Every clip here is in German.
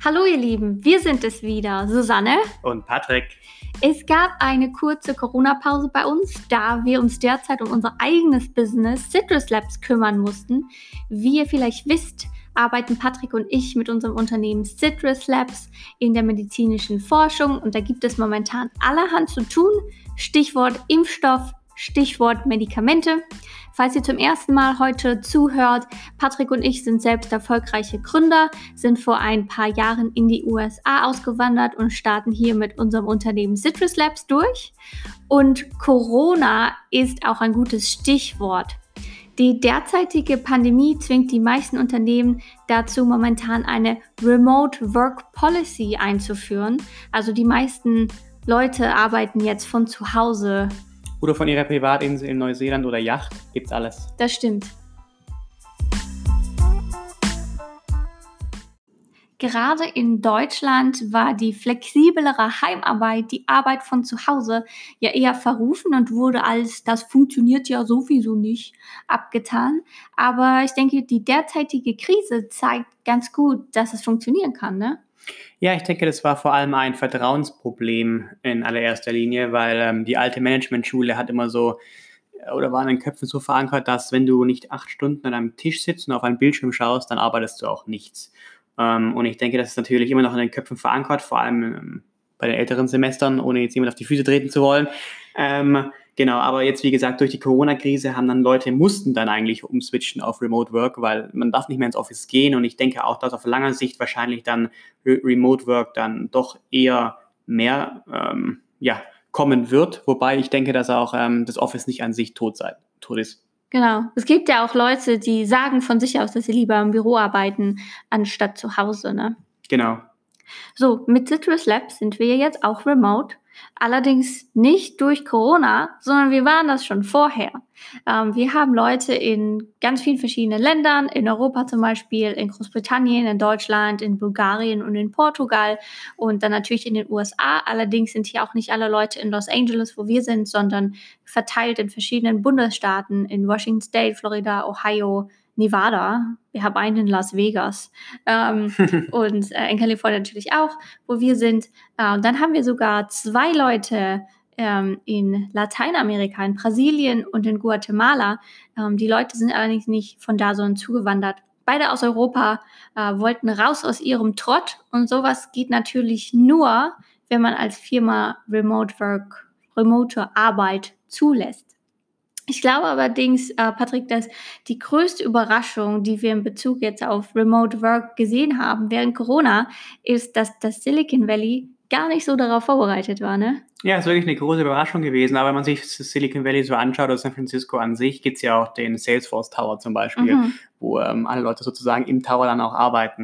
Hallo ihr Lieben, wir sind es wieder, Susanne und Patrick. Es gab eine kurze Corona-Pause bei uns, da wir uns derzeit um unser eigenes Business Citrus Labs kümmern mussten. Wie ihr vielleicht wisst, arbeiten Patrick und ich mit unserem Unternehmen Citrus Labs in der medizinischen Forschung und da gibt es momentan allerhand zu tun. Stichwort Impfstoff, Stichwort Medikamente. Falls ihr zum ersten Mal heute zuhört, Patrick und ich sind selbst erfolgreiche Gründer, sind vor ein paar Jahren in die USA ausgewandert und starten hier mit unserem Unternehmen Citrus Labs durch. Und Corona ist auch ein gutes Stichwort. Die derzeitige Pandemie zwingt die meisten Unternehmen dazu, momentan eine Remote Work Policy einzuführen. Also die meisten Leute arbeiten jetzt von zu Hause. Oder von ihrer Privatinsel in Neuseeland oder Yacht, gibt's alles. Das stimmt. Gerade in Deutschland war die flexiblere Heimarbeit, die Arbeit von zu Hause, ja eher verrufen und wurde als das funktioniert ja sowieso nicht abgetan. Aber ich denke, die derzeitige Krise zeigt ganz gut, dass es funktionieren kann, ne? Ja, ich denke, das war vor allem ein Vertrauensproblem in allererster Linie, weil die alte Managementschule hat immer so, oder war in den Köpfen so verankert, dass wenn du nicht 8 Stunden an einem Tisch sitzt und auf einen Bildschirm schaust, dann arbeitest du auch nichts. Und ich denke, das ist natürlich immer noch in den Köpfen verankert, vor allem bei den älteren Semestern, ohne jetzt jemand auf die Füße treten zu wollen. Genau, aber jetzt, wie gesagt, durch die Corona-Krise mussten dann eigentlich umswitchen auf Remote Work, weil man darf nicht mehr ins Office gehen und ich denke auch, dass auf langer Sicht wahrscheinlich dann Remote Work dann doch eher mehr kommen wird, wobei ich denke, dass auch das Office nicht an sich tot ist. Genau. Es gibt ja auch Leute, die sagen von sich aus, dass sie lieber im Büro arbeiten, anstatt zu Hause, ne? Genau. So, mit Citrus Labs sind wir jetzt auch remote. Allerdings nicht durch Corona, sondern wir waren das schon vorher. Wir haben Leute in ganz vielen verschiedenen Ländern, in Europa zum Beispiel, in Großbritannien, in Deutschland, in Bulgarien und in Portugal und dann natürlich in den USA. Allerdings sind hier auch nicht alle Leute in Los Angeles, wo wir sind, sondern verteilt in verschiedenen Bundesstaaten, in Washington State, Florida, Ohio, Nevada. Wir haben einen in Las Vegas und in Kalifornien natürlich auch, wo wir sind. Und dann haben wir sogar 2 Leute in Lateinamerika, in Brasilien und in Guatemala. Die Leute sind allerdings nicht von da, sondern zugewandert. Beide aus Europa wollten raus aus ihrem Trott und sowas geht natürlich nur, wenn man als Firma remote Arbeit zulässt. Ich glaube allerdings, Patrick, dass die größte Überraschung, die wir in Bezug jetzt auf Remote Work gesehen haben während Corona, ist, dass das Silicon Valley gar nicht so darauf vorbereitet war, ne? Ja, ist wirklich eine große Überraschung gewesen, aber wenn man sich das Silicon Valley so anschaut oder San Francisco an sich, gibt es ja auch den Salesforce Tower zum Beispiel, wo alle Leute sozusagen im Tower dann auch arbeiten.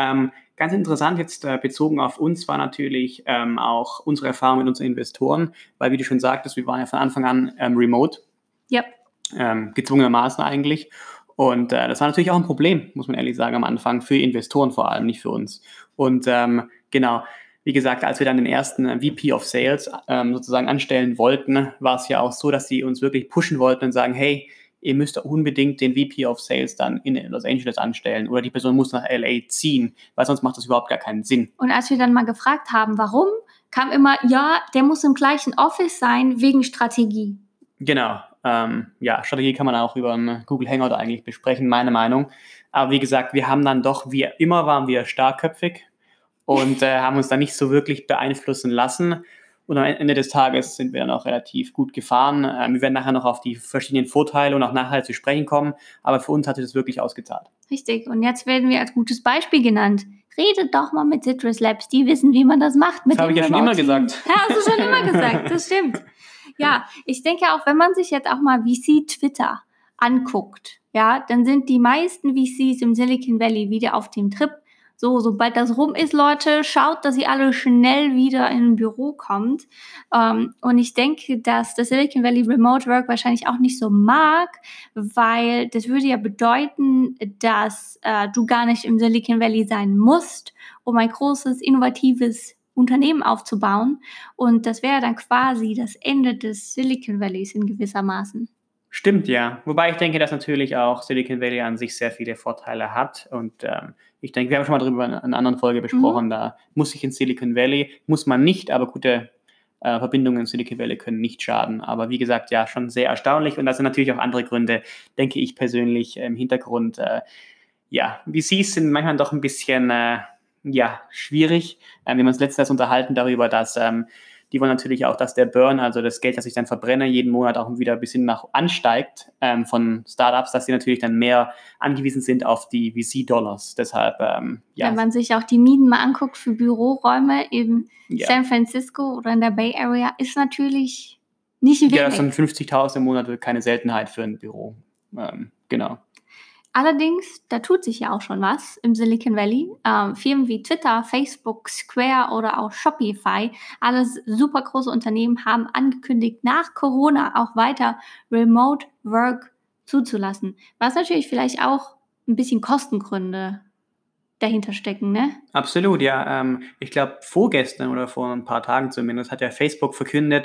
Ganz interessant jetzt bezogen auf uns war natürlich auch unsere Erfahrung mit unseren Investoren, weil wie du schon sagtest, wir waren ja von Anfang an remote. Ja. Gezwungenermaßen eigentlich. Und das war natürlich auch ein Problem, muss man ehrlich sagen, am Anfang, für Investoren vor allem, nicht für uns. Und genau, wie gesagt, als wir dann den ersten VP of Sales sozusagen anstellen wollten, war es ja auch so, dass sie uns wirklich pushen wollten und sagen, hey, ihr müsst unbedingt den VP of Sales dann in Los Angeles anstellen oder die Person muss nach LA ziehen, weil sonst macht das überhaupt gar keinen Sinn. Und als wir dann mal gefragt haben, warum, kam immer, ja, der muss im gleichen Office sein, wegen Strategie. Genau. Strategie kann man auch über einen Google Hangout eigentlich besprechen, meine Meinung. Aber wie gesagt, wir haben dann doch, wie immer waren wir starkköpfig und haben uns dann nicht so wirklich beeinflussen lassen. Und am Ende des Tages sind wir dann auch relativ gut gefahren. Wir werden nachher noch auf die verschiedenen Vorteile und auch Nachteile zu sprechen kommen. Aber für uns hat sich das wirklich ausgezahlt. Richtig. Und jetzt werden wir als gutes Beispiel genannt. Redet doch mal mit Citrus Labs. Die wissen, wie man das macht. Das habe ich ja schon immer gesagt. Ja, hast du schon immer gesagt. Das stimmt. Ja, ich denke auch, wenn man sich jetzt auch mal VC Twitter anguckt, ja, dann sind die meisten VCs im Silicon Valley wieder auf dem Trip. Sobald das rum ist, Leute, schaut, dass ihr alle schnell wieder in ein Büro kommt. Und ich denke, dass das Silicon Valley Remote Work wahrscheinlich auch nicht so mag, weil das würde ja bedeuten, dass du gar nicht im Silicon Valley sein musst, um ein großes, innovatives Unternehmen aufzubauen. Und das wäre dann quasi das Ende des Silicon Valleys in gewissermaßen. Stimmt, ja. Wobei ich denke, dass natürlich auch Silicon Valley an sich sehr viele Vorteile hat und Ich denke, wir haben schon mal darüber in einer anderen Folge besprochen, da muss ich in Silicon Valley, muss man nicht, aber gute Verbindungen in Silicon Valley können nicht schaden. Aber wie gesagt, ja, schon sehr erstaunlich und das sind natürlich auch andere Gründe, denke ich persönlich im Hintergrund. VCs sind manchmal doch ein bisschen schwierig. Wir haben uns letztens unterhalten darüber, dass die wollen natürlich auch, dass der Burn, also das Geld, das ich dann verbrenne, jeden Monat auch wieder ein bisschen ansteigt von Startups, dass sie natürlich dann mehr angewiesen sind auf die VC-Dollars. Deshalb, Wenn man sich auch die Mieten mal anguckt für Büroräume in San Francisco oder in der Bay Area, ist natürlich nicht wenig. Ja, das sind 50.000 im Monat keine Seltenheit für ein Büro. Genau. Allerdings, da tut sich ja auch schon was im Silicon Valley. Firmen wie Twitter, Facebook, Square oder auch Shopify, alles super große Unternehmen, haben angekündigt, nach Corona auch weiter Remote Work zuzulassen. Was natürlich vielleicht auch ein bisschen Kostengründe dahinter stecken, ne? Absolut, ja. Ich glaube, vorgestern oder vor ein paar Tagen zumindest hat ja Facebook verkündet,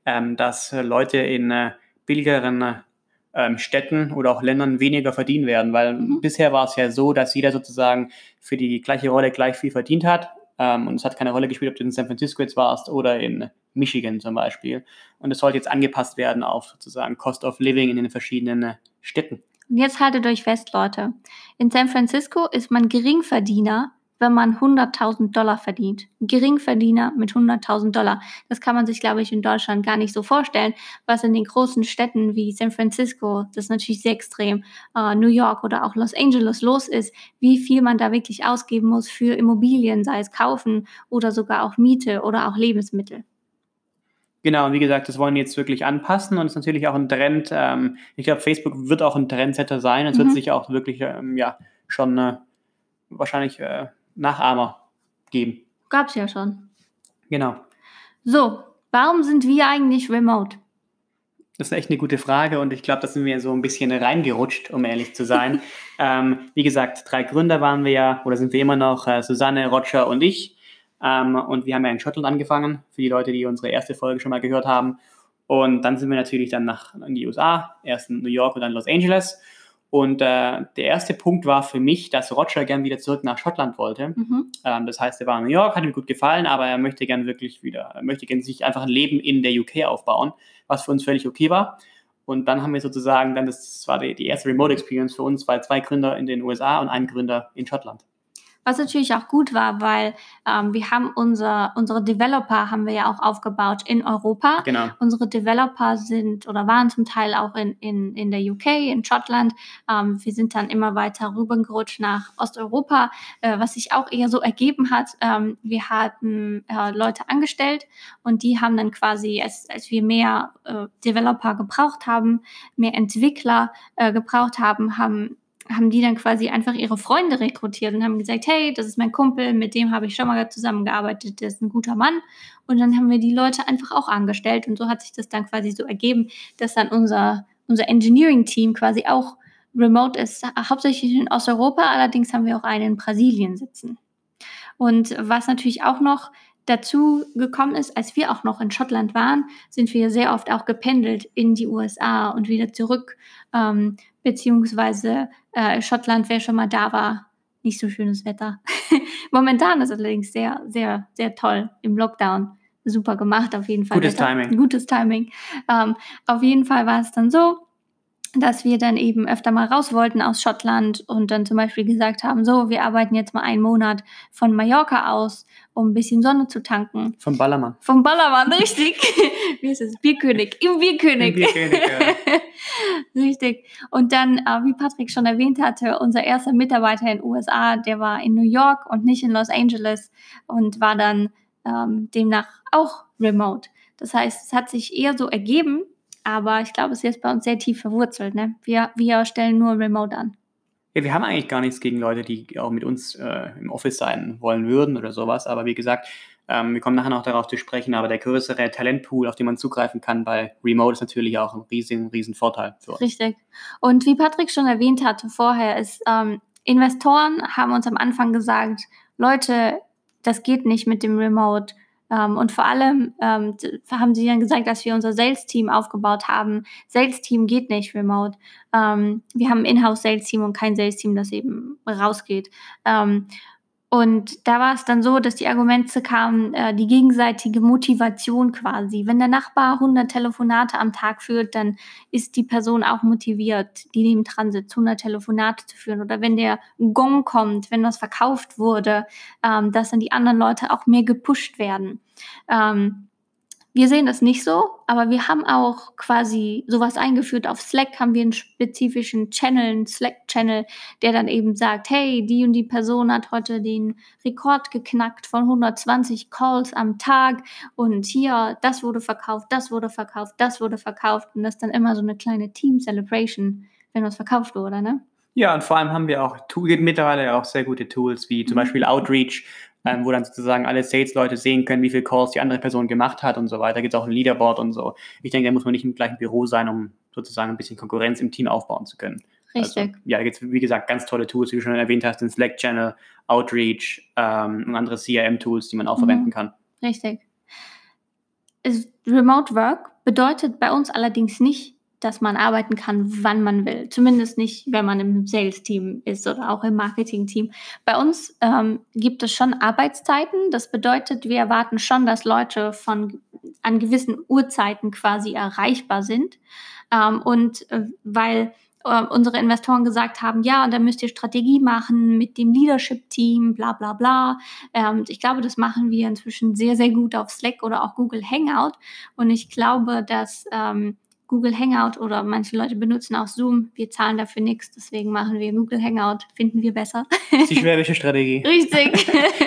dass Leute in billigeren Städten oder auch Ländern weniger verdienen werden, weil bisher war es ja so, dass jeder sozusagen für die gleiche Rolle gleich viel verdient hat und es hat keine Rolle gespielt, ob du in San Francisco jetzt warst oder in Michigan zum Beispiel und es sollte jetzt angepasst werden auf sozusagen Cost of Living in den verschiedenen Städten. Und jetzt haltet euch fest, Leute. In San Francisco ist man Geringverdiener, wenn man $100.000 verdient. Ein Geringverdiener mit $100.000. Das kann man sich, glaube ich, in Deutschland gar nicht so vorstellen, was in den großen Städten wie San Francisco, das ist natürlich sehr extrem, New York oder auch Los Angeles los ist, wie viel man da wirklich ausgeben muss für Immobilien, sei es kaufen oder sogar auch Miete oder auch Lebensmittel. Genau, und wie gesagt, das wollen die jetzt wirklich anpassen und es ist natürlich auch ein Trend. Ich glaube, Facebook wird auch ein Trendsetter sein. Es wird sich auch wirklich schon wahrscheinlich Nachahmer geben. Gab's ja schon. Genau. So, warum sind wir eigentlich remote? Das ist echt eine gute Frage und ich glaube, da sind wir so ein bisschen reingerutscht, um ehrlich zu sein. Wie gesagt, 3 Gründer waren wir ja, oder sind wir immer noch, Susanne, Roger und ich. Und wir haben ja in Schottland angefangen, für die Leute, die unsere erste Folge schon mal gehört haben. Und dann sind wir natürlich dann in die USA, erst in New York und dann Los Angeles. Und der erste Punkt war für mich, dass Roger gern wieder zurück nach Schottland wollte. Das heißt, er war in New York, hat ihm gut gefallen, aber er möchte gern sich einfach ein Leben in der UK aufbauen, was für uns völlig okay war. Und dann haben wir sozusagen, das war die erste Remote Experience für uns, weil 2 Gründer in den USA und ein Gründer in Schottland. Was natürlich auch gut war, weil wir haben unsere Developer haben wir ja auch aufgebaut in Europa. Genau. Unsere Developer sind oder waren zum Teil auch in der UK, in Schottland. Wir sind dann immer weiter rübergerutscht nach Osteuropa, was sich auch eher so ergeben hat. Wir hatten Leute angestellt und die haben dann quasi, als wir mehr Developer gebraucht haben, mehr Entwickler gebraucht haben die dann quasi einfach ihre Freunde rekrutiert und haben gesagt, hey, das ist mein Kumpel, mit dem habe ich schon mal zusammengearbeitet, der ist ein guter Mann. Und dann haben wir die Leute einfach auch angestellt und so hat sich das dann quasi so ergeben, dass dann unser Engineering-Team quasi auch remote ist, hauptsächlich in Osteuropa, allerdings haben wir auch einen in Brasilien sitzen. Und was natürlich auch noch dazu gekommen ist, als wir auch noch in Schottland waren, sind wir sehr oft auch gependelt in die USA und wieder zurück, beziehungsweise Schottland, wer schon mal da war, nicht so schönes Wetter. Momentan ist es allerdings sehr, sehr, sehr toll im Lockdown. Super gemacht, auf jeden Fall. Gutes Timing. Auf jeden Fall war es dann so, dass wir dann eben öfter mal raus wollten aus Schottland und dann zum Beispiel gesagt haben, so, wir arbeiten jetzt mal einen Monat von Mallorca aus, um ein bisschen Sonne zu tanken. Vom Ballermann. Vom Ballermann, richtig. Wie ist es? Bierkönig. Im Bierkönig. Im Bierkönig, ja. Richtig. Und dann, wie Patrick schon erwähnt hatte, unser erster Mitarbeiter in den USA, der war in New York und nicht in Los Angeles und war dann demnach auch remote. Das heißt, es hat sich eher so ergeben, aber ich glaube, es ist jetzt bei uns sehr tief verwurzelt. Ne? Wir stellen nur remote an. Ja, wir haben eigentlich gar nichts gegen Leute, die auch mit uns im Office sein wollen würden oder sowas. Aber wie gesagt, wir kommen nachher noch darauf zu sprechen, aber der größere Talentpool, auf den man zugreifen kann bei Remote, ist natürlich auch ein riesen Vorteil für uns. Richtig. Und wie Patrick schon erwähnt hatte vorher, ist Investoren haben uns am Anfang gesagt, Leute, das geht nicht mit dem Remote. Und vor allem haben sie dann gesagt, dass wir unser Sales-Team aufgebaut haben. Sales-Team geht nicht remote. Wir haben ein Inhouse-Sales-Team und kein Sales-Team, das eben rausgeht. Und da war es dann so, dass die Argumente kamen, die gegenseitige Motivation quasi. Wenn der Nachbar 100 Telefonate am Tag führt, dann ist die Person auch motiviert, die nebendran sitzt, 100 Telefonate zu führen. Oder wenn der Gong kommt, wenn was verkauft wurde, dass dann die anderen Leute auch mehr gepusht werden. Wir sehen das nicht so, aber wir haben auch quasi sowas eingeführt. Auf Slack haben wir einen spezifischen Channel, einen Slack-Channel, der dann eben sagt, hey, die und die Person hat heute den Rekord geknackt von 120 Calls am Tag und hier, das wurde verkauft, das wurde verkauft, das wurde verkauft und das ist dann immer so eine kleine Team-Celebration, wenn was verkauft wurde, ne? Ja, und vor allem haben wir auch mittlerweile auch sehr gute Tools, wie zum Beispiel Outreach, wo dann sozusagen alle Sales-Leute sehen können, wie viele Calls die andere Person gemacht hat und so weiter. Da gibt es auch ein Leaderboard und so. Ich denke, da muss man nicht im gleichen Büro sein, um sozusagen ein bisschen Konkurrenz im Team aufbauen zu können. Richtig. Also, ja, da gibt es, wie gesagt, ganz tolle Tools, wie du schon erwähnt hast, den Slack-Channel, Outreach und andere CRM-Tools, die man auch verwenden kann. Richtig. Remote Work bedeutet bei uns allerdings nicht, dass man arbeiten kann, wann man will. Zumindest nicht, wenn man im Sales-Team ist oder auch im Marketing-Team. Bei uns gibt es schon Arbeitszeiten. Das bedeutet, wir erwarten schon, dass Leute an gewissen Uhrzeiten quasi erreichbar sind. Weil unsere Investoren gesagt haben, ja, und dann müsst ihr Strategie machen mit dem Leadership-Team, bla bla bla. Ich glaube, das machen wir inzwischen sehr, sehr gut auf Slack oder auch Google Hangout. Und ich glaube, dass Google Hangout oder manche Leute benutzen auch Zoom. Wir zahlen dafür nichts, deswegen machen wir Google Hangout. Finden wir besser. Das ist die schwäbische Strategie. Richtig.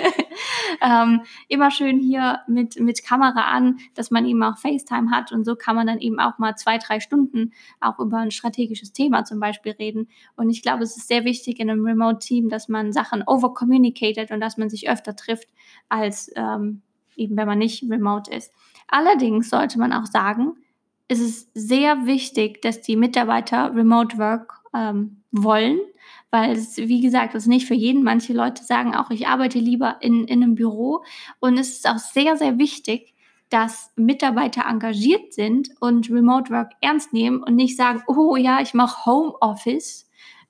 Immer schön hier mit Kamera an, dass man eben auch FaceTime hat und so kann man dann eben auch mal 2-3 Stunden auch über ein strategisches Thema zum Beispiel reden. Und ich glaube, es ist sehr wichtig in einem Remote-Team, dass man Sachen overcommunicated und dass man sich öfter trifft, als eben wenn man nicht remote ist. Allerdings sollte man auch sagen, es ist sehr wichtig, dass die Mitarbeiter Remote Work wollen, weil es, wie gesagt, das ist nicht für jeden. Manche Leute sagen auch, ich arbeite lieber in einem Büro. Und es ist auch sehr, sehr wichtig, dass Mitarbeiter engagiert sind und Remote Work ernst nehmen und nicht sagen, oh ja, ich mache Homeoffice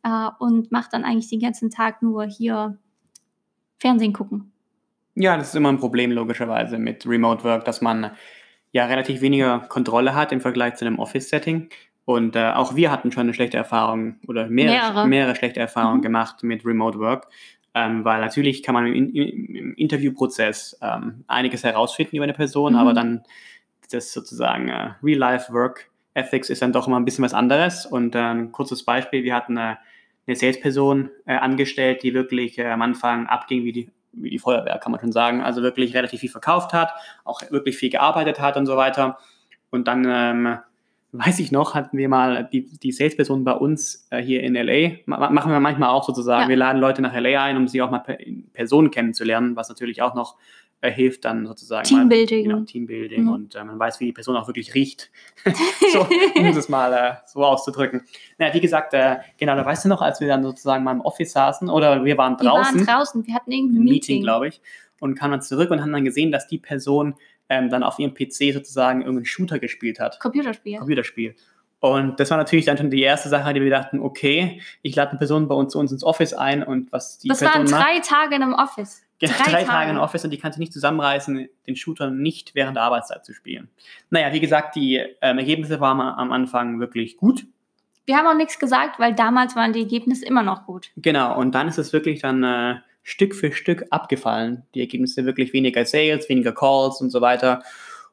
und mache dann eigentlich den ganzen Tag nur hier Fernsehen gucken. Ja, das ist immer ein Problem logischerweise mit Remote Work, dass man ja relativ weniger Kontrolle hat im Vergleich zu einem Office-Setting. Und auch wir hatten schon eine schlechte Erfahrung oder mehrere schlechte Erfahrungen gemacht mit Remote Work, weil natürlich kann man im Interviewprozess einiges herausfinden über eine Person, aber dann das sozusagen Real-Life-Work Ethics ist dann doch immer ein bisschen was anderes. Und ein kurzes Beispiel, wir hatten eine Salesperson angestellt, die wirklich am Anfang abging wie die Feuerwehr, kann man schon sagen. Also wirklich relativ viel verkauft hat, auch wirklich viel gearbeitet hat und so weiter. Und dann, weiß ich noch, hatten wir mal die Salesperson bei uns hier in L.A. Machen wir manchmal auch sozusagen. Ja. Wir laden Leute nach L.A. ein, um sie auch mal in Person kennenzulernen, was natürlich auch noch hilft dann sozusagen. Teambuilding und man weiß, wie die Person auch wirklich riecht. So, um es mal so auszudrücken. Naja, wie gesagt, genau, da weißt du noch, als wir dann sozusagen mal im Office saßen oder wir waren draußen. Wir hatten irgendwie ein Meeting, glaube ich, und kamen dann zurück und haben dann gesehen, dass die Person dann auf ihrem PC sozusagen irgendeinen Shooter gespielt hat. Computerspiel. Und das war natürlich dann schon die erste Sache, die wir dachten, okay, ich lade eine Person bei uns zu uns ins Office ein und was die Person macht. Das waren 3 Tage in einem Office. 3 Tage in Office und die kann sich nicht zusammenreißen, den Shooter nicht während der Arbeitszeit zu spielen. Naja, wie gesagt, die Ergebnisse waren am Anfang wirklich gut. Wir haben auch nichts gesagt, weil damals waren die Ergebnisse immer noch gut. Genau, und dann ist es wirklich dann Stück für Stück abgefallen. Die Ergebnisse wirklich weniger Sales, weniger Calls und so weiter.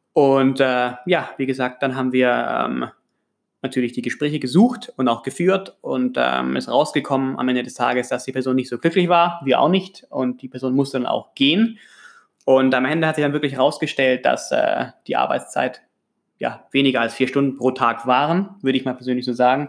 Und ja, wie gesagt, dann haben wir natürlich die Gespräche gesucht und auch geführt und ist rausgekommen am Ende des Tages, dass die Person nicht so glücklich war, wir auch nicht und die Person musste dann auch gehen und am Ende hat sich dann wirklich herausgestellt, dass die Arbeitszeit ja weniger als 4 Stunden pro Tag waren, würde ich mal persönlich so sagen.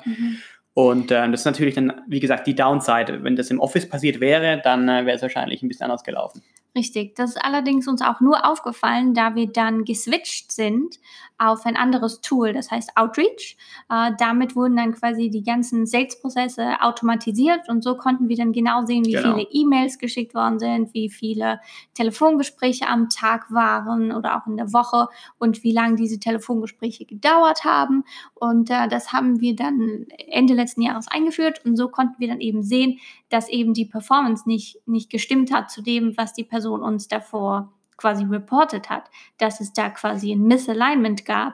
Und das ist natürlich dann, wie gesagt, die Downside. Wenn das im Office passiert wäre, dann wäre es wahrscheinlich ein bisschen anders gelaufen. Richtig. Das ist allerdings uns auch nur aufgefallen, da wir dann geswitcht sind auf ein anderes Tool, das heißt Outreach. Damit wurden dann quasi die ganzen Sales-Prozesse automatisiert und so konnten wir dann genau sehen, wie Genau. viele E-Mails geschickt worden sind, wie viele Telefongespräche am Tag waren oder auch in der Woche und wie lange diese Telefongespräche gedauert haben. Und das haben wir dann Ende letzten Jahres eingeführt und so konnten wir dann eben sehen, dass eben die Performance nicht gestimmt hat zu dem, was die Person uns davor quasi reported hat, dass es da quasi ein Misalignment gab.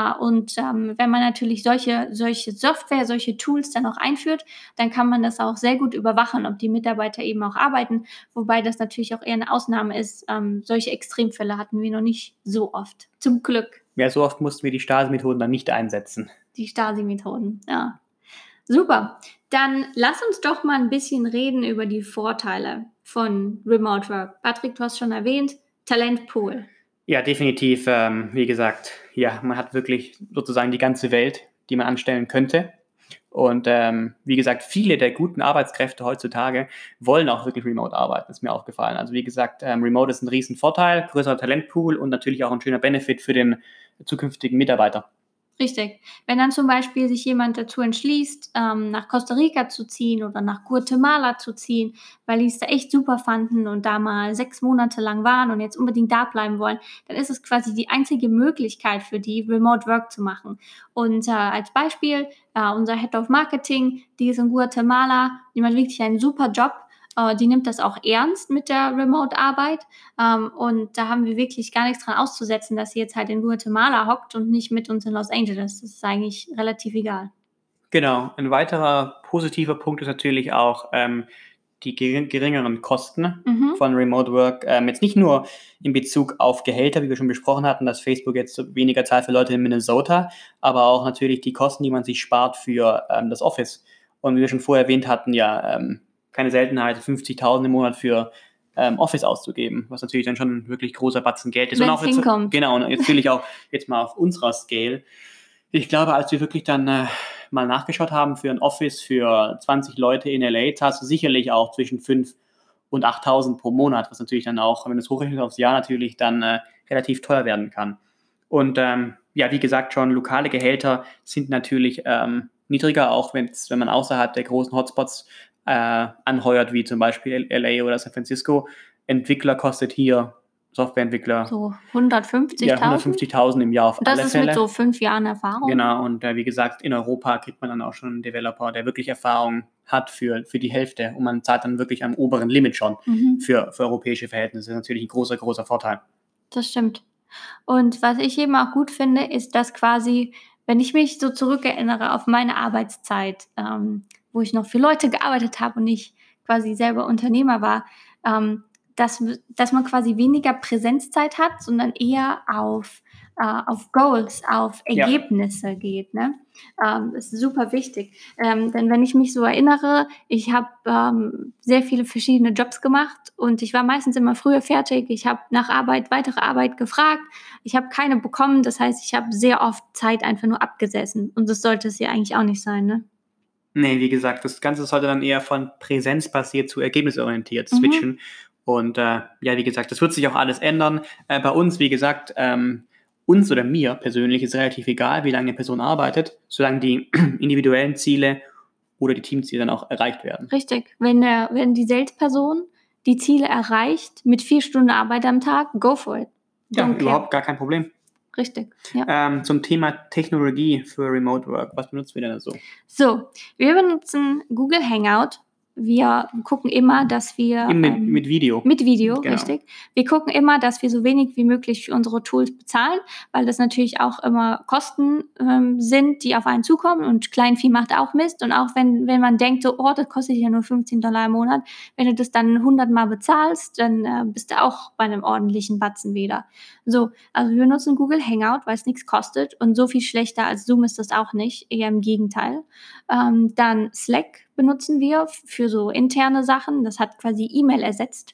Wenn man natürlich solche Software, solche Tools dann auch einführt, dann kann man das auch sehr gut überwachen, ob die Mitarbeiter eben auch arbeiten, wobei das natürlich auch eher eine Ausnahme ist. Solche Extremfälle hatten wir noch nicht so oft, zum Glück. Ja, so oft mussten wir die Stasi-Methoden dann nicht einsetzen. Die Stasi-Methoden, ja. Super. Dann lass uns doch mal ein bisschen reden über die Vorteile von Remote Work. Patrick, du hast schon erwähnt, Talentpool. Ja, definitiv. Wie gesagt, ja, man hat wirklich sozusagen die ganze Welt, die man anstellen könnte. Und wie gesagt, viele der guten Arbeitskräfte heutzutage wollen auch wirklich remote arbeiten, ist mir aufgefallen. Also wie gesagt, remote ist ein riesen Vorteil, größerer Talentpool und natürlich auch ein schöner Benefit für den zukünftigen Mitarbeiter. Richtig. Wenn dann zum Beispiel sich jemand dazu entschließt, nach Costa Rica zu ziehen oder nach Guatemala zu ziehen, weil die es da echt super fanden und da mal 6 Monate lang waren und jetzt unbedingt da bleiben wollen, dann ist es quasi die einzige Möglichkeit für die, Remote Work zu machen. Und als Beispiel, unser Head of Marketing, die ist in Guatemala, die macht wirklich einen super Job. Die nimmt das auch ernst mit der Remote-Arbeit. Und da haben wir wirklich gar nichts dran auszusetzen, dass sie jetzt halt in Guatemala hockt und nicht mit uns in Los Angeles. Das ist eigentlich relativ egal. Genau. Ein weiterer positiver Punkt ist natürlich auch die geringeren Kosten von Remote Work. Jetzt nicht nur in Bezug auf Gehälter, wie wir schon besprochen hatten, dass Facebook jetzt weniger zahlt für Leute in Minnesota, aber auch natürlich die Kosten, die man sich spart für das Office. Und wie wir schon vorher erwähnt hatten, ja, keine Seltenheit, 50.000 im Monat für Office auszugeben, was natürlich dann schon ein wirklich großer Batzen Geld ist. Wenn und es auch jetzt, hinkommt. genau, und natürlich auch jetzt mal auf unserer Scale. Ich glaube, als wir wirklich dann mal nachgeschaut haben für ein Office für 20 Leute in LA, zahlst du sicherlich auch zwischen 5.000 und 8.000 pro Monat, was natürlich dann auch, wenn du es hochrechnest aufs Jahr, natürlich dann relativ teuer werden kann. Und ja, wie gesagt schon, lokale Gehälter sind natürlich niedriger, auch wenn man außerhalb der großen Hotspots anheuert, wie zum Beispiel LA oder San Francisco. Entwickler kostet hier, Softwareentwickler, So 150.000? ja, 150.000 im Jahr auf Das alle ist Fälle. mit so 5 Jahren Erfahrung. Genau, und wie gesagt, in Europa kriegt man dann auch schon einen Developer, der wirklich Erfahrung hat für die Hälfte. Und man zahlt dann wirklich am oberen Limit schon für europäische Verhältnisse. Das ist natürlich ein großer, großer Vorteil. Das stimmt. Und was ich eben auch gut finde, ist, dass quasi, wenn ich mich so zurückerinnere auf meine Arbeitszeit, wo ich noch für Leute gearbeitet habe und ich quasi selber Unternehmer war, dass man quasi weniger Präsenzzeit hat, sondern eher auf Goals, auf Ja. Ergebnisse geht. Ne? Das ist super wichtig. Denn wenn ich mich so erinnere, ich habe sehr viele verschiedene Jobs gemacht und ich war meistens immer früher fertig. Ich habe nach weitere Arbeit gefragt. Ich habe keine bekommen. Das heißt, ich habe sehr oft Zeit einfach nur abgesessen. Und das sollte es ja eigentlich auch nicht sein, ne? Nee, wie gesagt, das Ganze sollte dann eher von präsenzbasiert zu ergebnisorientiert switchen. Und ja, wie gesagt, das wird sich auch alles ändern. Bei uns, wie gesagt, uns oder mir persönlich ist relativ egal, wie lange eine Person arbeitet, solange die individuellen Ziele oder die Teamziele dann auch erreicht werden. Richtig. Wenn die Salesperson die Ziele erreicht mit 4 Stunden Arbeit am Tag, go for it. Ja, Don't care. überhaupt gar kein Problem. Richtig, ja. Zum Thema Technologie für Remote Work, was benutzen wir denn da so? So, wir benutzen Google Hangout. Wir gucken immer, dass wir Mit Video. Mit Video, Genau. richtig. Wir gucken immer, dass wir so wenig wie möglich für unsere Tools bezahlen, weil das natürlich auch immer Kosten sind, die auf einen zukommen und Kleinvieh macht auch Mist. Und auch wenn man denkt, so, oh, das kostet ja nur $15 im Monat, wenn du das dann 100 Mal bezahlst, dann bist du auch bei einem ordentlichen Batzen wieder. So, also wir nutzen Google Hangout, weil es nichts kostet und so viel schlechter als Zoom ist das auch nicht, eher im Gegenteil. Dann Slack benutzen wir für so interne Sachen. Das hat quasi E-Mail ersetzt.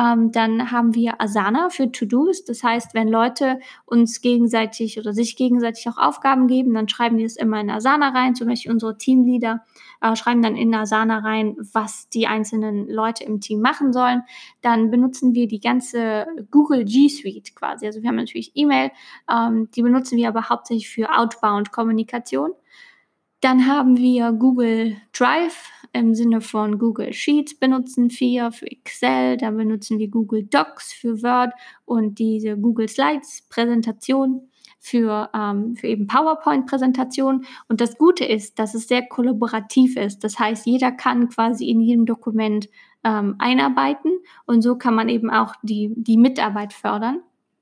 Dann haben wir Asana für To-Dos. Das heißt, wenn Leute uns gegenseitig oder sich gegenseitig auch Aufgaben geben, dann schreiben die das immer in Asana rein. Zum Beispiel unsere Teamleader schreiben dann in Asana rein, was die einzelnen Leute im Team machen sollen. Dann benutzen wir die ganze Google G Suite quasi. Also wir haben natürlich E-Mail, die benutzen wir aber hauptsächlich für Outbound-Kommunikation. Dann haben wir Google Drive im Sinne von Google Sheets benutzen wir für Excel, dann benutzen wir Google Docs für Word und diese Google Slides Präsentation für eben PowerPoint-Präsentation. Und das Gute ist, dass es sehr kollaborativ ist. Das heißt, jeder kann quasi in jedem Dokument einarbeiten und so kann man eben auch die Mitarbeit fördern.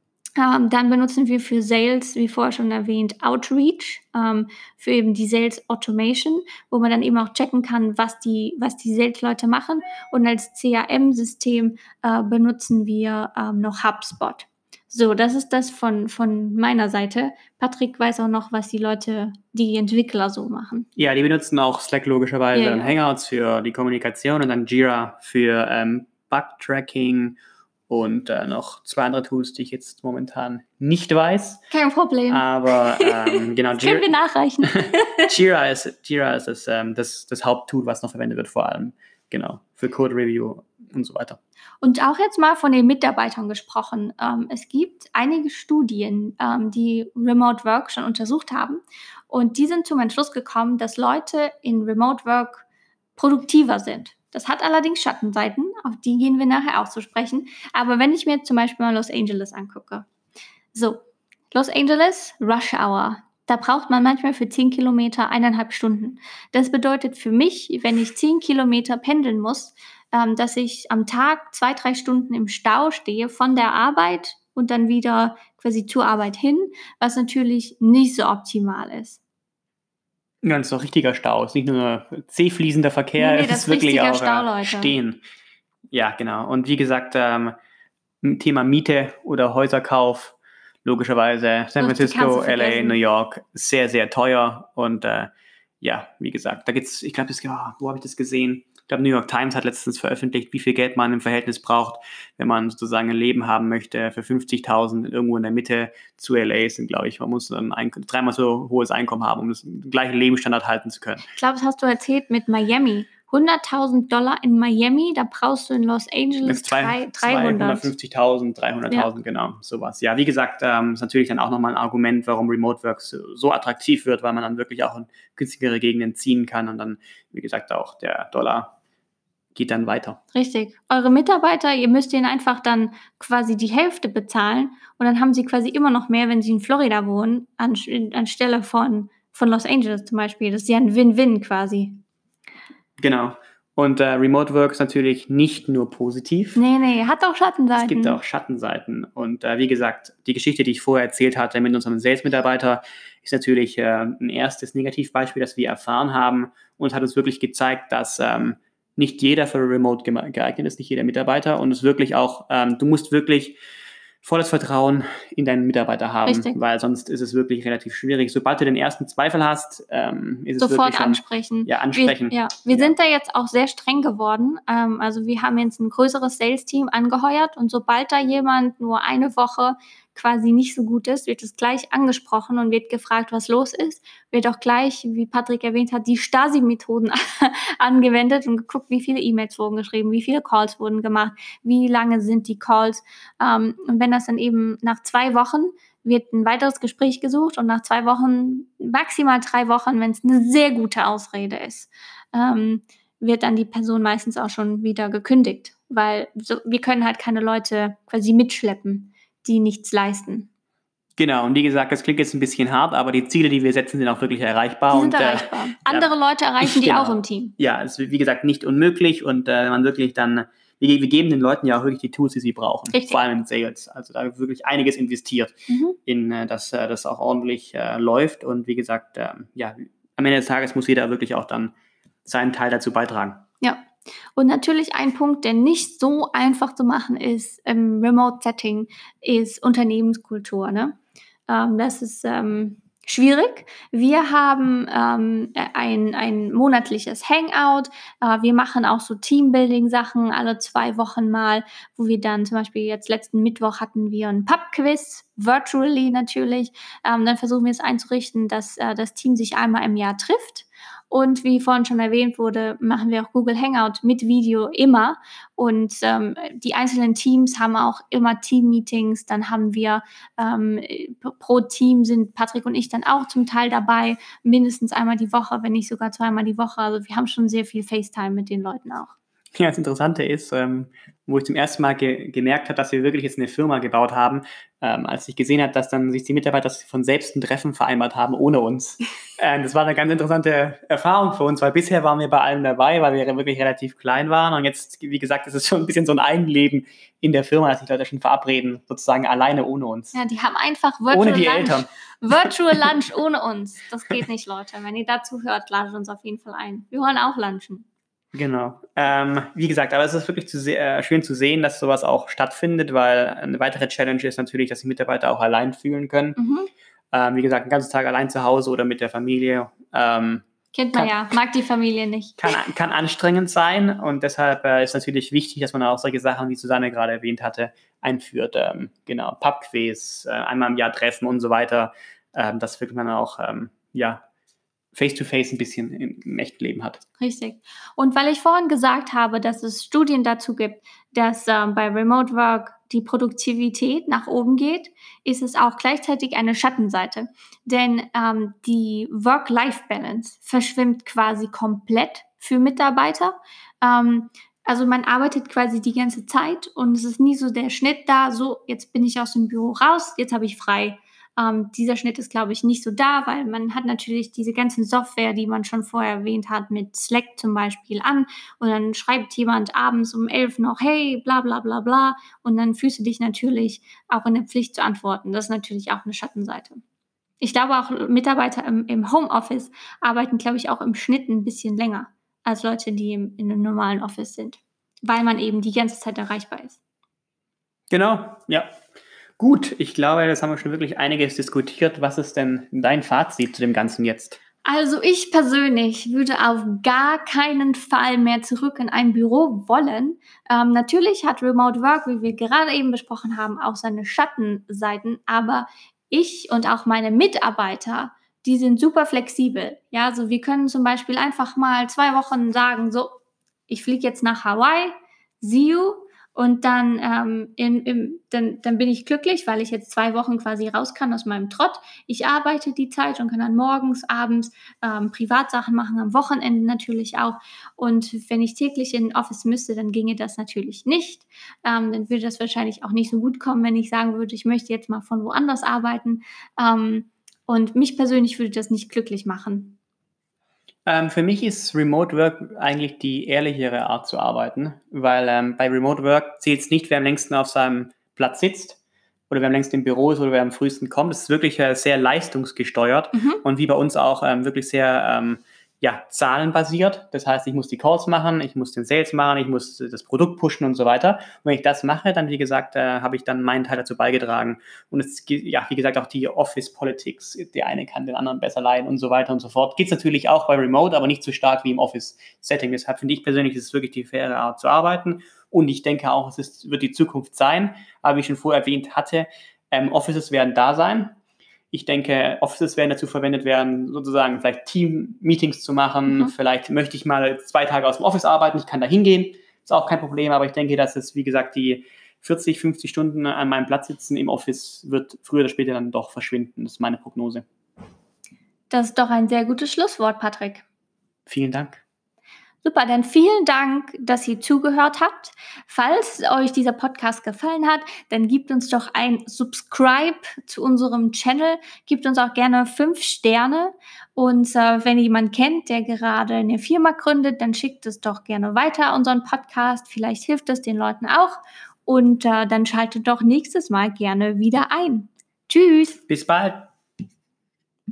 Dann benutzen wir für Sales, wie vorher schon erwähnt, Outreach, für eben die Sales Automation, wo man dann eben auch checken kann, was die Sales-Leute machen. Und als CRM-System benutzen wir noch HubSpot. So, das ist das von meiner Seite. Patrick weiß auch noch, was die Entwickler so machen. Ja, die benutzen auch Slack logischerweise, Ja, dann ja. Hangouts für die Kommunikation und dann Jira für Bug-Tracking und noch 2 andere Tools, die ich jetzt momentan nicht weiß. Kein Problem. Aber genau, Das können wir nachreichen. Jira ist das Haupttool, was noch verwendet wird, vor allem genau für Code Review und so weiter. Und auch jetzt mal von den Mitarbeitern gesprochen. Es gibt einige Studien, die Remote Work schon untersucht haben. Und die sind zum Entschluss gekommen, dass Leute in Remote Work produktiver sind. Das hat allerdings Schattenseiten, auf die gehen wir nachher auch zu sprechen. Aber wenn ich mir zum Beispiel mal Los Angeles angucke. So, Los Angeles, Rush Hour. Da braucht man manchmal für 10 Kilometer 1,5 Stunden. Das bedeutet für mich, wenn ich 10 Kilometer pendeln muss, dass ich am Tag 2-3 Stunden im Stau stehe von der Arbeit und dann wieder quasi zur Arbeit hin, was natürlich nicht so optimal ist. Ja, das ist doch richtiger Stau. Es ist nicht nur zähfließender Verkehr, Nee, es das ist wirklich richtiger auch Stau, Leute. Stehen. Ja, genau. Und wie gesagt, Thema Miete oder Häuserkauf, logischerweise San Das kannst du Francisco, LA, vergessen. New York, sehr, sehr teuer. Und ja, wie gesagt, da gibt's, ich glaube, wo habe ich das gesehen? Ich glaube, New York Times hat letztens veröffentlicht, wie viel Geld man im Verhältnis braucht, wenn man sozusagen ein Leben haben möchte für 50.000 irgendwo in der Mitte zu LA sind, glaube ich. Man muss dann 3-mal so hohes Einkommen haben, um den gleichen Lebensstandard halten zu können. Ich glaube, das hast du erzählt mit Miami. $100.000 in Miami, da brauchst du in Los Angeles 300. 250.000, 300.000, Ja. Genau, sowas. Ja, wie gesagt, ist natürlich dann auch nochmal ein Argument, warum Remote Work so attraktiv wird, weil man dann wirklich auch in günstigere Gegenden ziehen kann und dann, wie gesagt, auch der Dollar geht dann weiter. Richtig. Eure Mitarbeiter, ihr müsst ihnen einfach dann quasi die Hälfte bezahlen und dann haben sie quasi immer noch mehr, wenn sie in Florida wohnen, anstelle von Los Angeles zum Beispiel. Das ist ja ein Win-Win quasi. Genau. Und Remote Work ist natürlich nicht nur positiv. Nee, hat auch Schattenseiten. Es gibt auch Schattenseiten. Und wie gesagt, die Geschichte, die ich vorher erzählt hatte mit unserem Sales-Mitarbeiter, ist natürlich ein erstes Negativbeispiel, das wir erfahren haben und hat uns wirklich gezeigt, dass nicht jeder für Remote geeignet ist, nicht jeder Mitarbeiter. Und es wirklich auch, du musst wirklich volles Vertrauen in deinen Mitarbeiter haben, Richtig. weil sonst ist es wirklich relativ schwierig. Sobald du den ersten Zweifel hast, ist es Sofort wirklich schon, ansprechen. Ja, ansprechen. Wir sind da jetzt auch sehr streng geworden. Also wir haben jetzt ein größeres Sales-Team angeheuert und sobald da jemand nur eine Woche quasi nicht so gut ist, wird es gleich angesprochen und wird gefragt, was los ist. Wird auch gleich, wie Patrick erwähnt hat, die Stasi-Methoden angewendet und geguckt, wie viele E-Mails wurden geschrieben, wie viele Calls wurden gemacht, wie lange sind die Calls. Und wenn das dann eben nach 2 Wochen wird ein weiteres Gespräch gesucht und nach 2 Wochen, maximal 3 Wochen, wenn es eine sehr gute Ausrede ist, wird dann die Person meistens auch schon wieder gekündigt, weil wir können halt keine Leute quasi mitschleppen, die nichts leisten. Genau, und wie gesagt, das klingt jetzt ein bisschen hart, aber die Ziele, die wir setzen, sind auch wirklich erreichbar. Die sind erreichbar. Andere Leute erreichen die auch im Team. Ja, es ist wie gesagt nicht unmöglich und man wirklich dann, wir geben den Leuten ja auch wirklich die Tools, die sie brauchen. Richtig. Vor allem in Sales. Also da wird wirklich einiges investiert in, dass das auch ordentlich läuft und wie gesagt, ja, am Ende des Tages muss jeder wirklich auch dann seinen Teil dazu beitragen. Ja. Und natürlich ein Punkt, der nicht so einfach zu machen ist im Remote-Setting, ist Unternehmenskultur. Ne? Das ist schwierig. Wir haben ein monatliches Hangout. Wir machen auch so Teambuilding-Sachen alle 2 Wochen mal, wo wir dann zum Beispiel jetzt letzten Mittwoch hatten wir ein Pub-Quiz, virtually natürlich. Dann versuchen wir es einzurichten, dass das Team sich einmal im Jahr trifft. Und wie vorhin schon erwähnt wurde, machen wir auch Google Hangout mit Video immer. Und die einzelnen Teams haben auch immer Team-Meetings. Dann haben wir pro Team sind Patrick und ich dann auch zum Teil dabei, mindestens einmal die Woche, wenn nicht sogar 2-mal die Woche. Also wir haben schon sehr viel FaceTime mit den Leuten auch. Ja, das Interessante ist, wo ich zum ersten Mal gemerkt habe, dass wir wirklich jetzt eine Firma gebaut haben, als ich gesehen habe, dass dann sich die Mitarbeiter von selbst ein Treffen vereinbart haben ohne uns. Das war eine ganz interessante Erfahrung für uns, weil bisher waren wir bei allem dabei, weil wir wirklich relativ klein waren. Und jetzt, wie gesagt, ist es schon ein bisschen so ein Eigenleben in der Firma, dass sich Leute schon verabreden, sozusagen alleine ohne uns. Ja, die haben einfach ohne die Eltern. Virtual Lunch ohne uns. Das geht nicht, Leute. Wenn ihr dazu hört, ladet uns auf jeden Fall ein. Wir wollen auch lunchen. Genau. Wie gesagt, aber es ist wirklich schön zu sehen, dass sowas auch stattfindet, weil eine weitere Challenge ist natürlich, dass die Mitarbeiter auch allein fühlen können. Wie gesagt, einen ganzen Tag allein zu Hause oder mit der Familie. Kennt man ja, mag die Familie nicht. Kann anstrengend sein und deshalb ist natürlich wichtig, dass man auch solche Sachen, wie Susanne gerade erwähnt hatte, einführt. Genau, Pub-Quiz, einmal im Jahr treffen und so weiter. Das wirklich man auch, face-to-face ein bisschen im echten Leben hat. Richtig. Und weil ich vorhin gesagt habe, dass es Studien dazu gibt, dass bei Remote Work die Produktivität nach oben geht, ist es auch gleichzeitig eine Schattenseite. Denn die Work-Life-Balance verschwimmt quasi komplett für Mitarbeiter. Also man arbeitet quasi die ganze Zeit und es ist nie so der Schnitt da, so jetzt bin ich aus dem Büro raus, jetzt habe ich frei. Dieser Schnitt ist, glaube ich, nicht so da, weil man hat natürlich diese ganzen Software, die man schon vorher erwähnt hat, mit Slack zum Beispiel an und dann schreibt jemand abends um 11 noch, hey, bla bla bla bla und dann fühlst du dich natürlich auch in der Pflicht zu antworten. Das ist natürlich auch eine Schattenseite. Ich glaube auch Mitarbeiter im Homeoffice arbeiten, glaube ich, auch im Schnitt ein bisschen länger als Leute, die in einem normalen Office sind, weil man eben die ganze Zeit erreichbar ist. Genau, ja. Gut, ich glaube, das haben wir schon wirklich einiges diskutiert. Was ist denn dein Fazit zu dem Ganzen jetzt? Also ich persönlich würde auf gar keinen Fall mehr zurück in ein Büro wollen. Natürlich hat Remote Work, wie wir gerade eben besprochen haben, auch seine Schattenseiten, aber ich und auch meine Mitarbeiter, die sind super flexibel. Ja, also wir können zum Beispiel einfach mal 2 Wochen sagen, so, ich fliege jetzt nach Hawaii, see you. Und dann, dann bin ich glücklich, weil ich jetzt 2 Wochen quasi raus kann aus meinem Trott. Ich arbeite die Zeit und kann dann morgens, abends Privatsachen machen, am Wochenende natürlich auch. Und wenn ich täglich in Office müsste, dann ginge das natürlich nicht. Dann würde das wahrscheinlich auch nicht so gut kommen, wenn ich sagen würde, ich möchte jetzt mal von woanders arbeiten. Und mich persönlich würde das nicht glücklich machen. Für mich ist Remote Work eigentlich die ehrlichere Art zu arbeiten, weil bei Remote Work zählt es nicht, wer am längsten auf seinem Platz sitzt oder wer am längsten im Büro ist oder wer am frühesten kommt. Es ist wirklich sehr leistungsgesteuert und wie bei uns auch wirklich sehr zahlenbasiert. Das heißt, ich muss die Calls machen, ich muss den Sales machen, ich muss das Produkt pushen und so weiter. Und wenn ich das mache, dann, wie gesagt, habe ich dann meinen Teil dazu beigetragen. Und es gibt, ja, wie gesagt, auch die Office Politics. Der eine kann den anderen besser leiden und so weiter und so fort. Geht es natürlich auch bei Remote, aber nicht so stark wie im Office-Setting. Deshalb finde ich persönlich, ist es wirklich die faire Art zu arbeiten. Und ich denke auch, wird die Zukunft sein. Aber wie ich schon vorher erwähnt hatte, Offices werden da sein. Ich denke, Offices werden dazu verwendet werden, sozusagen vielleicht Team-Meetings zu machen. Vielleicht möchte ich mal 2 Tage aus dem Office arbeiten, ich kann da hingehen, ist auch kein Problem. Aber ich denke, dass es, wie gesagt, die 40, 50 Stunden an meinem Platz sitzen im Office wird früher oder später dann doch verschwinden. Das ist meine Prognose. Das ist doch ein sehr gutes Schlusswort, Patrick. Vielen Dank. Super, dann vielen Dank, dass ihr zugehört habt. Falls euch dieser Podcast gefallen hat, dann gebt uns doch ein Subscribe zu unserem Channel. Gebt uns auch gerne 5 Sterne. Und wenn ihr jemanden kennt, der gerade eine Firma gründet, dann schickt es doch gerne weiter, unseren Podcast. Vielleicht hilft es den Leuten auch. Und dann schaltet doch nächstes Mal gerne wieder ein. Tschüss. Bis bald.